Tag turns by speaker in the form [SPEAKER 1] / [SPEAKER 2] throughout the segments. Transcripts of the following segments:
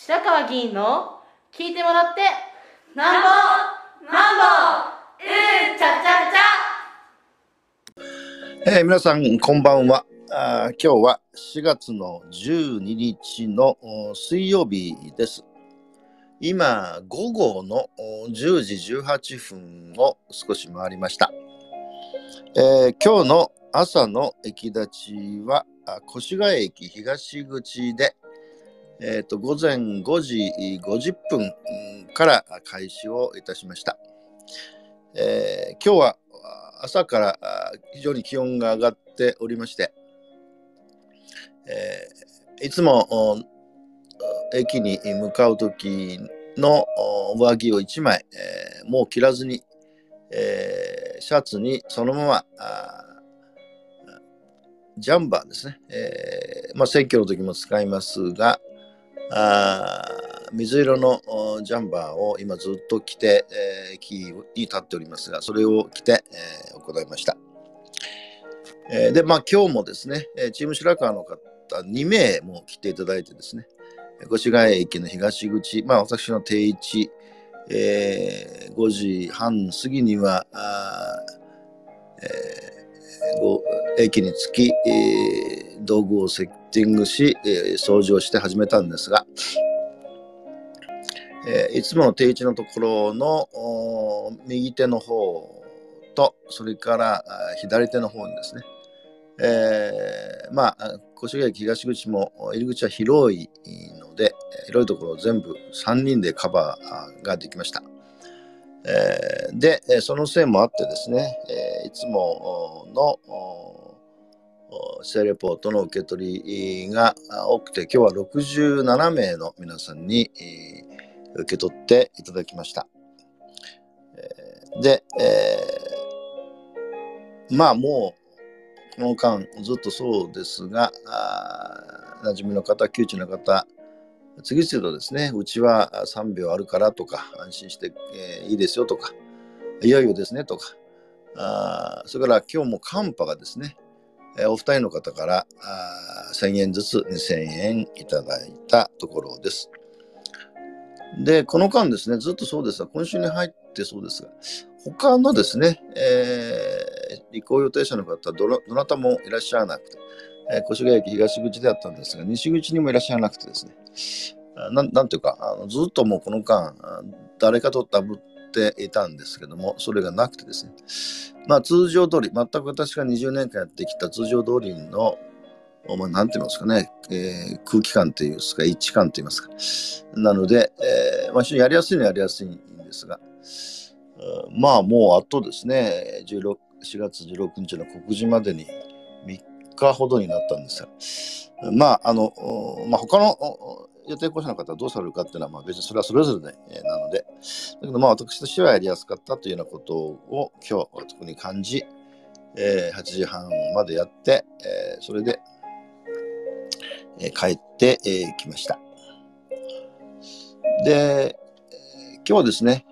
[SPEAKER 1] 白川議員の聞いてもらってなんぼうんちゃちゃ
[SPEAKER 2] ちゃ。皆さんこんばんは。今日は4月の12日の水曜日です。今午後の10時18分を少し回りました。今日の朝の駅立ちは越谷駅東口で、午前5時50分から開始をいたしました。今日は朝から非常に気温が上がっておりまして、いつも駅に向かう時の上着を1枚、もう着らずに、シャツにそのままジャンバーですね、選挙の時も使いますが水色のジャンバーを今ずっと着て、駅に立っておりますが、それを着て、行いました。で、今日もですね、チーム白川の方2名も来ていただいてですね、越谷駅の東口、私の定位置、5時半過ぎには駅に着き、道具をセッティングし、掃除をして始めたんですが、いつもの定位置のところの右手の方と、それから左手の方にですね、越谷駅東口も入り口は広いので、広いところを全部3人でカバーができました。で、そのせいもあってですね、いつものセレポートの受け取りが多くて、今日は67名の皆さんに受け取っていただきました。で、もうこの間ずっとそうですが、馴染みの方、旧知の方、次々とですね、うちは3秒あるからとか、安心して、いいですよとか、いよいよですねとか、それから今日も寒波がですね、お二人の方から1000円ずつ2000円いただいたところです。で、この間ですね、ずっとそうですが、今週に入ってそうですが、他のですね、履行予定者の方、どなたもいらっしゃらなくて、越谷駅東口であったんですが、西口にもいらっしゃらなくてですね、なんていうか、ずっともうこの間、誰かとダブっていたんですけども、それがなくてですね、通常通り、全く私が20年間やってきた通常通りの、なんて言いますかね、空気感といいますか、一致感といいますか。なので、非常にやりやすいのはやりやすいんですが、もうあとですね、4月16日の告示までに3日ほどになったんですが、他の予定校舎の方はどうされるかっていうのは、別にそれはそれぞれで、なので、だけど私としてはやりやすかったというようなことを今日特に感じ、8時半までやって、それで、帰ってきました。で、今日はですね、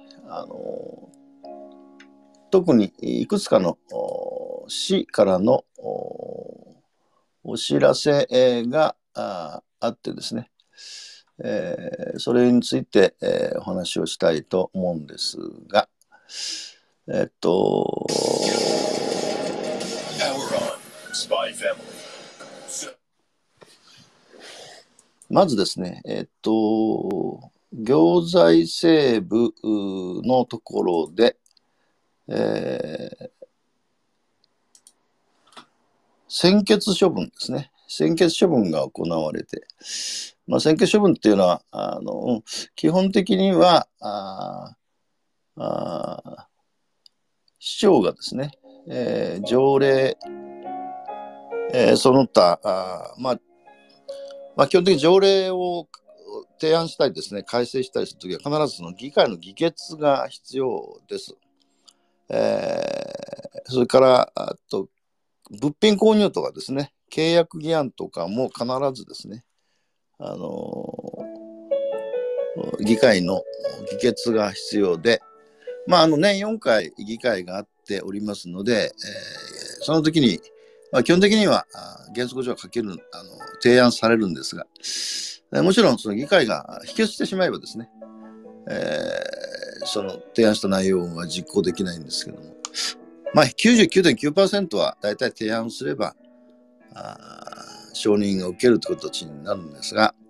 [SPEAKER 2] 特にいくつかの市からのお知らせがあってですね、それについて、お話をしたいと思うんですが、まずですね、行財政部のところで、専決処分ですね。専決処分が行われて、専決処分っていうのは、基本的には市長がですね、条例、その他基本的に条例を提案したりですね、改正したりするときは必ずその議会の議決が必要です。それから物品購入とかですね、契約議案とかも必ずですね、議会の議決が必要で、年4回議会があっておりますので、その時に、基本的には原則上は提案されるんですが、 もちろんその議会が否決してしまえばですね、その提案した内容は実行できないんですけども、まあ 99.9% は大体提案すれば承認を受けるという形になるんですが、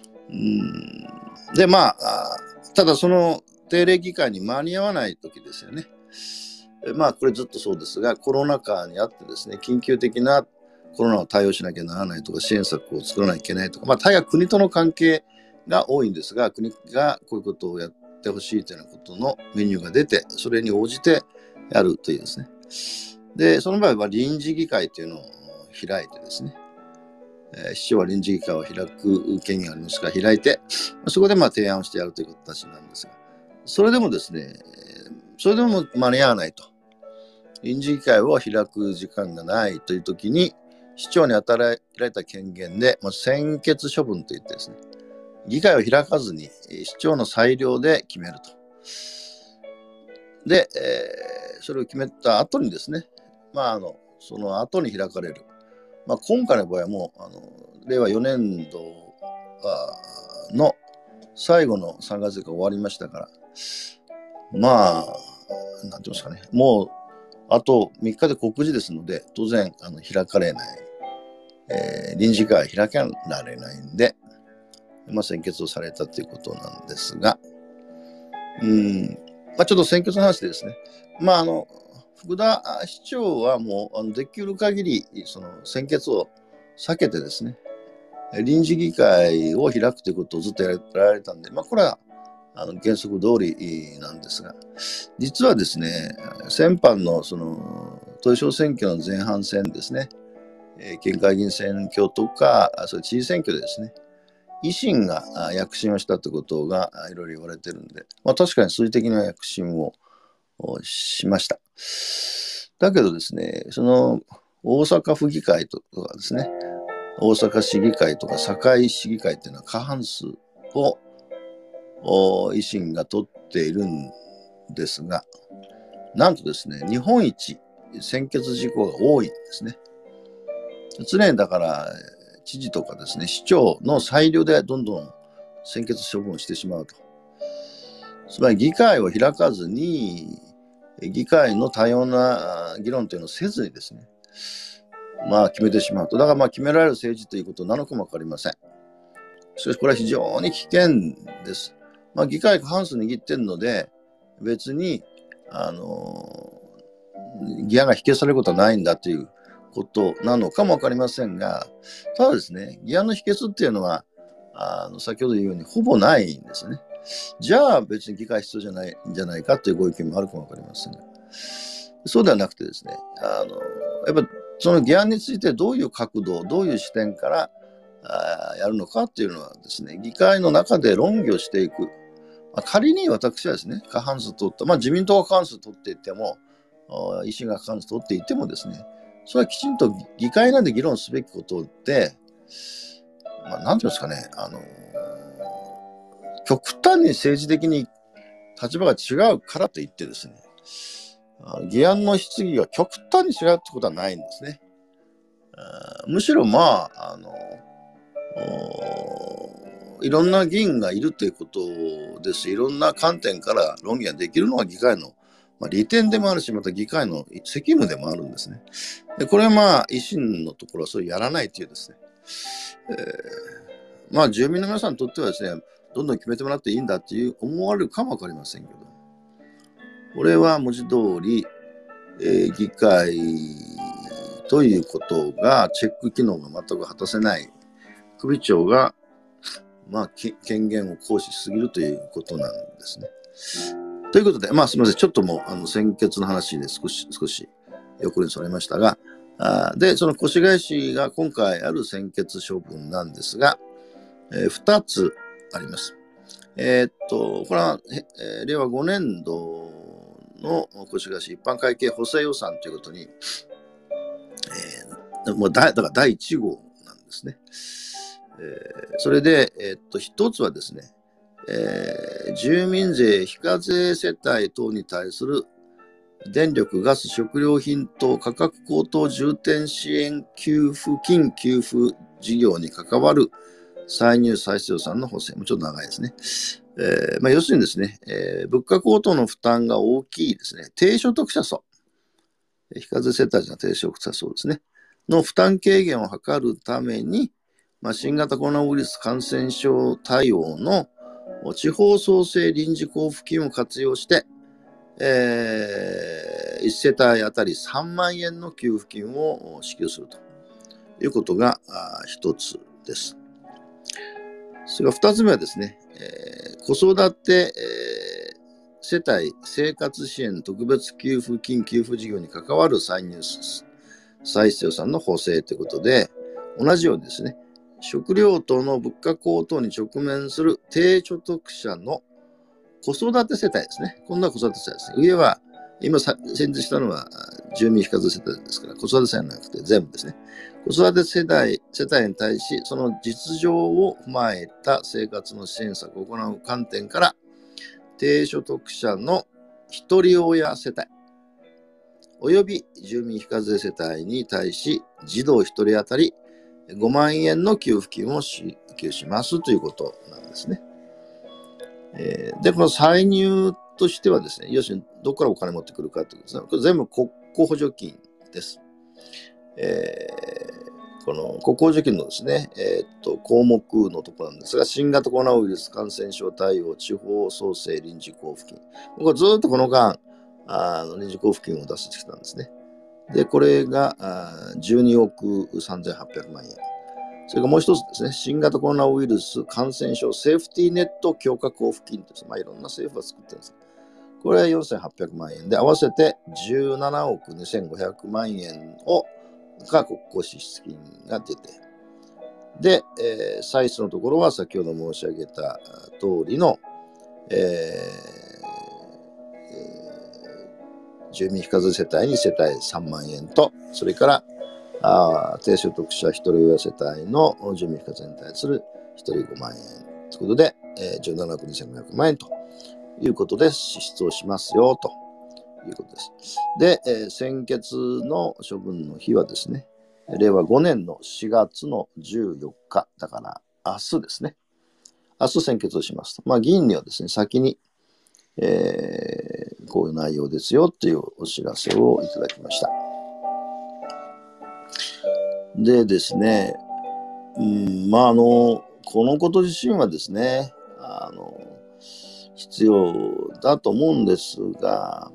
[SPEAKER 2] でまあただその定例議会に間に合わない時ですよね。まあこれずっとそうですが、コロナ禍にあってですね、緊急的なコロナを対応しなきゃならないとか、支援策を作らなきゃいけないとか、まあ大概国との関係が多いんですが、国がこういうことをやってほしいというようなことのメニューが出て、それに応じてやるというですね。で、その場合は臨時議会というのを開いてですね、市長は臨時議会を開く権限がありますから開いて、そこでまあ提案をしてやるという形なんですが、それでもですね、それでも間に合わないと。臨時議会を開く時間がないという時に、市長に与えられた権限で、専決処分といってですね、議会を開かずに市長の裁量で決めると。で、それを決めた後にですね、その後に開かれる。今回の場合はもう令和4年度の最後の3月が終わりましたから、なんていうんですかね、もうあと3日で告示ですので、当然開かれない、臨時会は開けられないんで、選決をされたということなんですが、ちょっと選決の話でですね、福田市長はもうできる限りその選決を避けてですね、臨時議会を開くということをずっとやられたんで、これは原則通りなんですが、実はですね、先般のその統一地方選挙の前半戦ですね、県会議員選挙とか、それ知事選挙でですね、維新が躍進をしたということがいろいろ言われてるんで、確かに数字的な躍進をしました。だけどですね、その大阪府議会とかですね、大阪市議会とか堺市議会っていうのは過半数を維新が取っているんですが、なんとですね、日本一選決事項が多いんですね。常にだから知事とかですね、市長の裁量でどんどん選決処分をしてしまうと。つまり議会を開かずに、議会の多様な議論というのをせずにですね、決めてしまうと。だから決められる政治ということなのかもわかりません。しかしこれは非常に危険です。議会過半数握っているので、別に、議案が否決されることはないんだということなのかもわかりませんが、ただですね、議案の否決っていうのは、先ほど言うようにほぼないんですね。じゃあ別に議会必要じゃないんじゃないかというご意見もあるかもわかりませんが、そうではなくてですね、やっぱその議案についてどういう角度、どういう視点からやるのかっていうのはですね、議会の中で論議をしていく。仮に私はですね、過半数取った、自民党が過半数取っていても、維新が過半数取っていてもですね、それはきちんと議会内で議論すべきことで、なんていうんですかね、極端に政治的に立場が違うからといってですね、議案の質疑が極端に違うってことはないんですね。むしろいろんな議員がいるということです。いろんな観点から論議ができるのが議会の利点でもあるし、また議会の責務でもあるんですね。でこれは維新のところはそれやらないというですね、住民の皆さんにとってはですね、どんどん決めてもらっていいんだっていう思われるかもわかりませんけど、これは文字通り、議会ということがチェック機能が全く果たせない首長が権限を行使しすぎるということなんですね。ということで、すみません、ちょっともう専決の話で少し横にそれましたが、で、その越谷市が今回ある専決処分なんですが、2つあります。これは、令和5年度の越谷市一般会計補正予算ということに、もうだから第1号なんですね。それで、一つはですね、住民税非課税世帯等に対する電力・ガス・食料品等価格高騰重点支援給付金給付事業に関わる歳入再生予算の補正もちょっと長いですね。要するにですね、物価高騰の負担が大きいですね、低所得者層、非課税世帯じゃ低所得者層ですね、の負担軽減を図るために、新型コロナウイルス感染症対応の地方創生臨時交付金を活用して、1世帯あたり3万円の給付金を支給するということが一つです。それから2つ目はですね、子育て、世帯生活支援特別給付金給付事業に関わる歳入再生予算の補正ということで、同じようにですね、食料等の物価高騰に直面する低所得者の子育て世帯ですね。今度は子育て世帯ですね。上は、今先日したのは住民非課税世帯ですから、子育て世帯じゃなくて全部ですね。子育て世帯に対し、その実情を踏まえた生活の支援策を行う観点から、低所得者の一人親世帯、および住民非課税世帯に対し、児童一人当たり5万円の給付金を支給しますということなんですね。で、この歳入としてはですね、要するにどこからお金持ってくるかということですね。これ全部国庫補助金です。この国庫補助金のですね、項目のところなんですが、新型コロナウイルス感染症対応地方創生臨時交付金。これずっとこの間、臨時交付金を出してきたんですね。で、これが12億3800万円。それからもう一つですね、新型コロナウイルス感染症セーフティーネット強化交付金という、いろんな政府が作ってるんです。これは4800万円で、合わせて17億2500万円が国庫支出金が出て、で、歳出のところは先ほど申し上げた通りの、住民非課税世帯に世帯3万円と、それから低所得者一人親世帯の住民非課税に対する一人5万円ということで、17億2500万円ということで支出をしますよということです。で、先決の処分の日はですね、令和5年の4月の14日だから明日ですね。明日先決をしますと。議員にはですね、先に、こういう内容ですよというお知らせをいただきました。でですね、このこと自身はですね、必要だと思うんですが、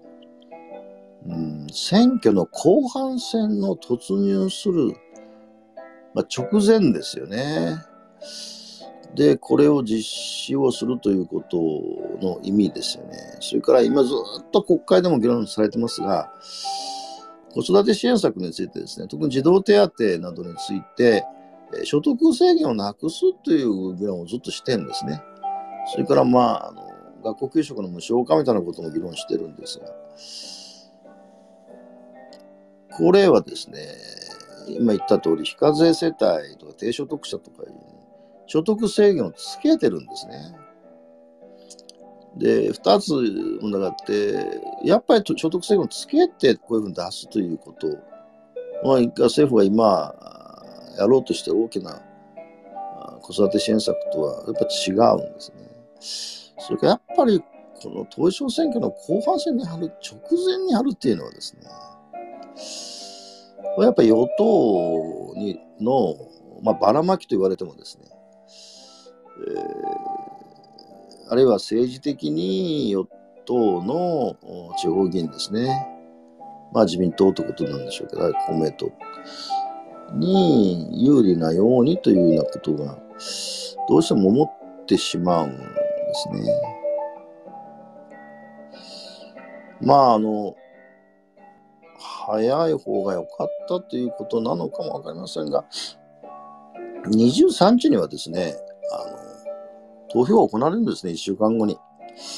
[SPEAKER 2] 選挙の後半戦の突入する、直前ですよね。で、これを実施をするということの意味ですよね。それから今ずっと国会でも議論されてますが、子育て支援策についてですね、特に児童手当などについて、所得制限をなくすという議論をずっとしてるんですね。それから学校給食の無償化みたいなことも議論してるんですが、これはですね、今言った通り、非課税世帯とか低所得者とかいう所得制限をつけてるんですね。で、2つ問題があって、やっぱり所得制限をつけてこういうふうに出すということを、政府が今やろうとしている大きな子育て支援策とはやっぱり違うんですね。それからやっぱりこの統一地方選挙の後半戦に貼る、直前に貼るっていうのはですね、これやっぱり与党の、ばらまきと言われてもですね、あるいは政治的に与党の地方議員ですね、自民党ということなんでしょうけど、公明党に有利なようにというようなことがどうしても思ってしまうんですね。早い方が良かったということなのかもわかりませんが、23日にはですね、投票が行われるんですね、1週間後に。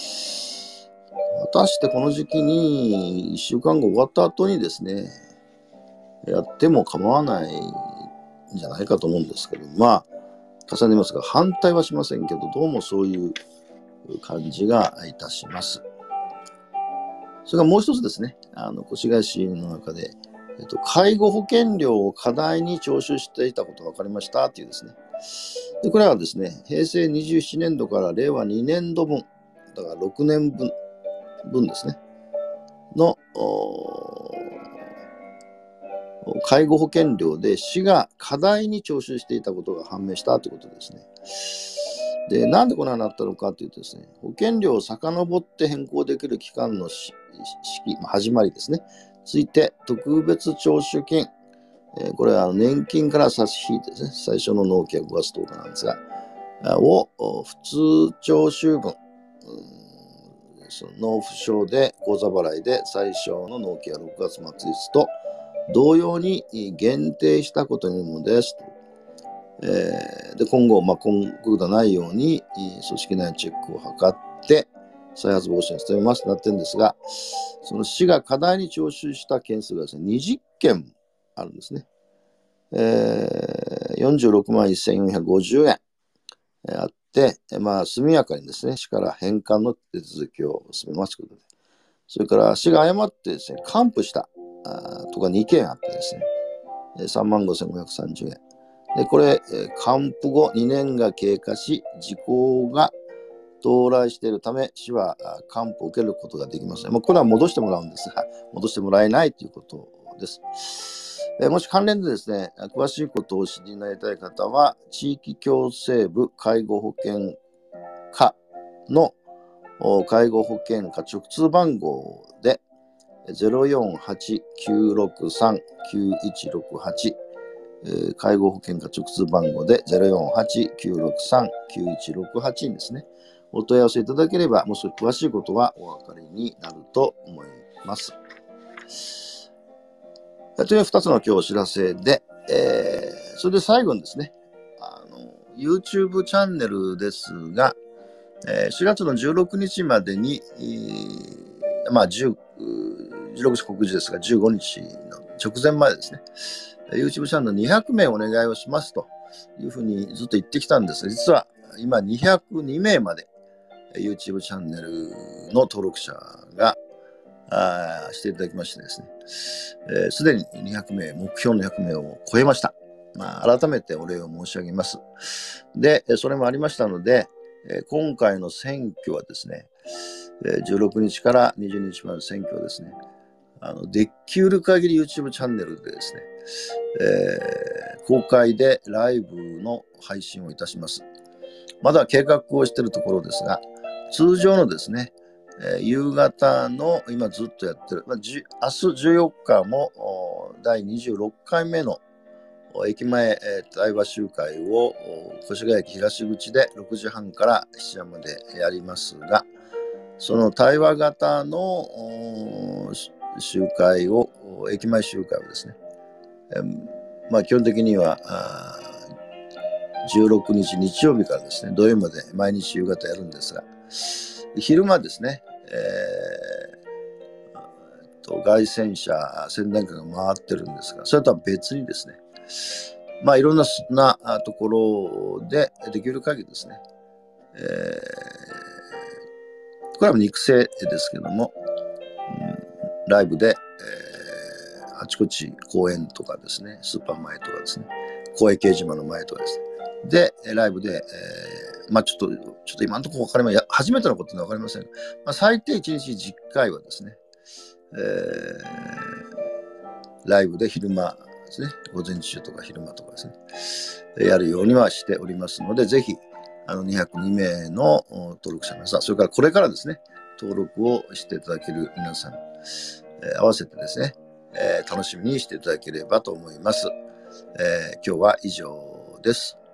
[SPEAKER 2] 果たしてこの時期に1週間後終わった後にですね、やっても構わないんじゃないかと思うんですけど、重ねますが、反対はしませんけど、どうもそういう感じがいたします。それからもう一つですね、越谷市の中で、介護保険料を過大に徴収していたことが分かりましたというですね、 で、これはですね、平成27年度から令和2年度分、だから6年分ですね、の介護保険料で市が過大に徴収していたことが判明したということですね。で、なんでこんなになったのかというとですね、保険料を遡って変更できる期間の始まりですね、ついて特別徴収金、これは年金から差し引いてですね、最初の納期は5月10日なんですが、を普通徴収分、その納付証で口座払いで最小の納期は6月末日と同様に限定したことによるものです。で今後、こういうことがないように組織内チェックを図って再発防止に努めますとなってるんですが、その市が過大に徴収した件数がですね、20件あるんですね。46万1450円あって、速やかにですね、市から返還の手続きを進めますということで、それから市が誤ってですね、還付したとか2件あってですね、3万5530円。で、これ、還付後2年が経過し、時効が到来しているため、市は還付を受けることができません。これは戻してもらうんですが、戻してもらえないということです。もし関連でですね、詳しいことをお知りになりたい方は、地域共生部介護保険課の介護保険課直通番号で、048-963-9168、介護保険課直通番号で 048-963-9168 にですね、お問い合わせいただければ、もう少し詳しいことはお分かりになると思います。という2つの今日お知らせで、それで最後にですね、YouTube チャンネルですが、4月の16日までに、16日告示ですが、15日の直前までですね、YouTube チャンネル200名お願いをしますというふうにずっと言ってきたんですが、実は今202名まで YouTube チャンネルの登録者がしていただきましてですね、すでに200名、目標の200名を超えました。改めてお礼を申し上げます。で、それもありましたので、今回の選挙はですね、16日から20日までの選挙はですね、できうる限り YouTube チャンネルでですね、公開でライブの配信をいたします。まだ計画をしているところですが、通常のですね、夕方の今ずっとやってる、明日14日も第26回目の駅前対話集会を越谷駅東口で6時半から7時半までやりますが、その対話型の集会を、駅前集会をですね、基本的には16日日曜日からですね、土曜日まで毎日夕方やるんですが、昼間ですね、街宣車、宣伝会が回ってるんですが、それとは別にですね、いろんなところでできる限りですね、これは肉声ですけども、ライブで、あちこち公園とかですね、スーパー前とかですね、公営掲示板の前とかですね、で、ライブで、ちょっと今のところ分かりません。初めてのことは分かりません。最低1日10回はですね、ライブで昼間ですね、午前中とか昼間とかですね、やるようにはしておりますので、ぜひ、202名の登録者の皆さん、それからこれからですね、登録をしていただける皆さん、合わせてですね、楽しみにしていただければと思います。今日は以上です。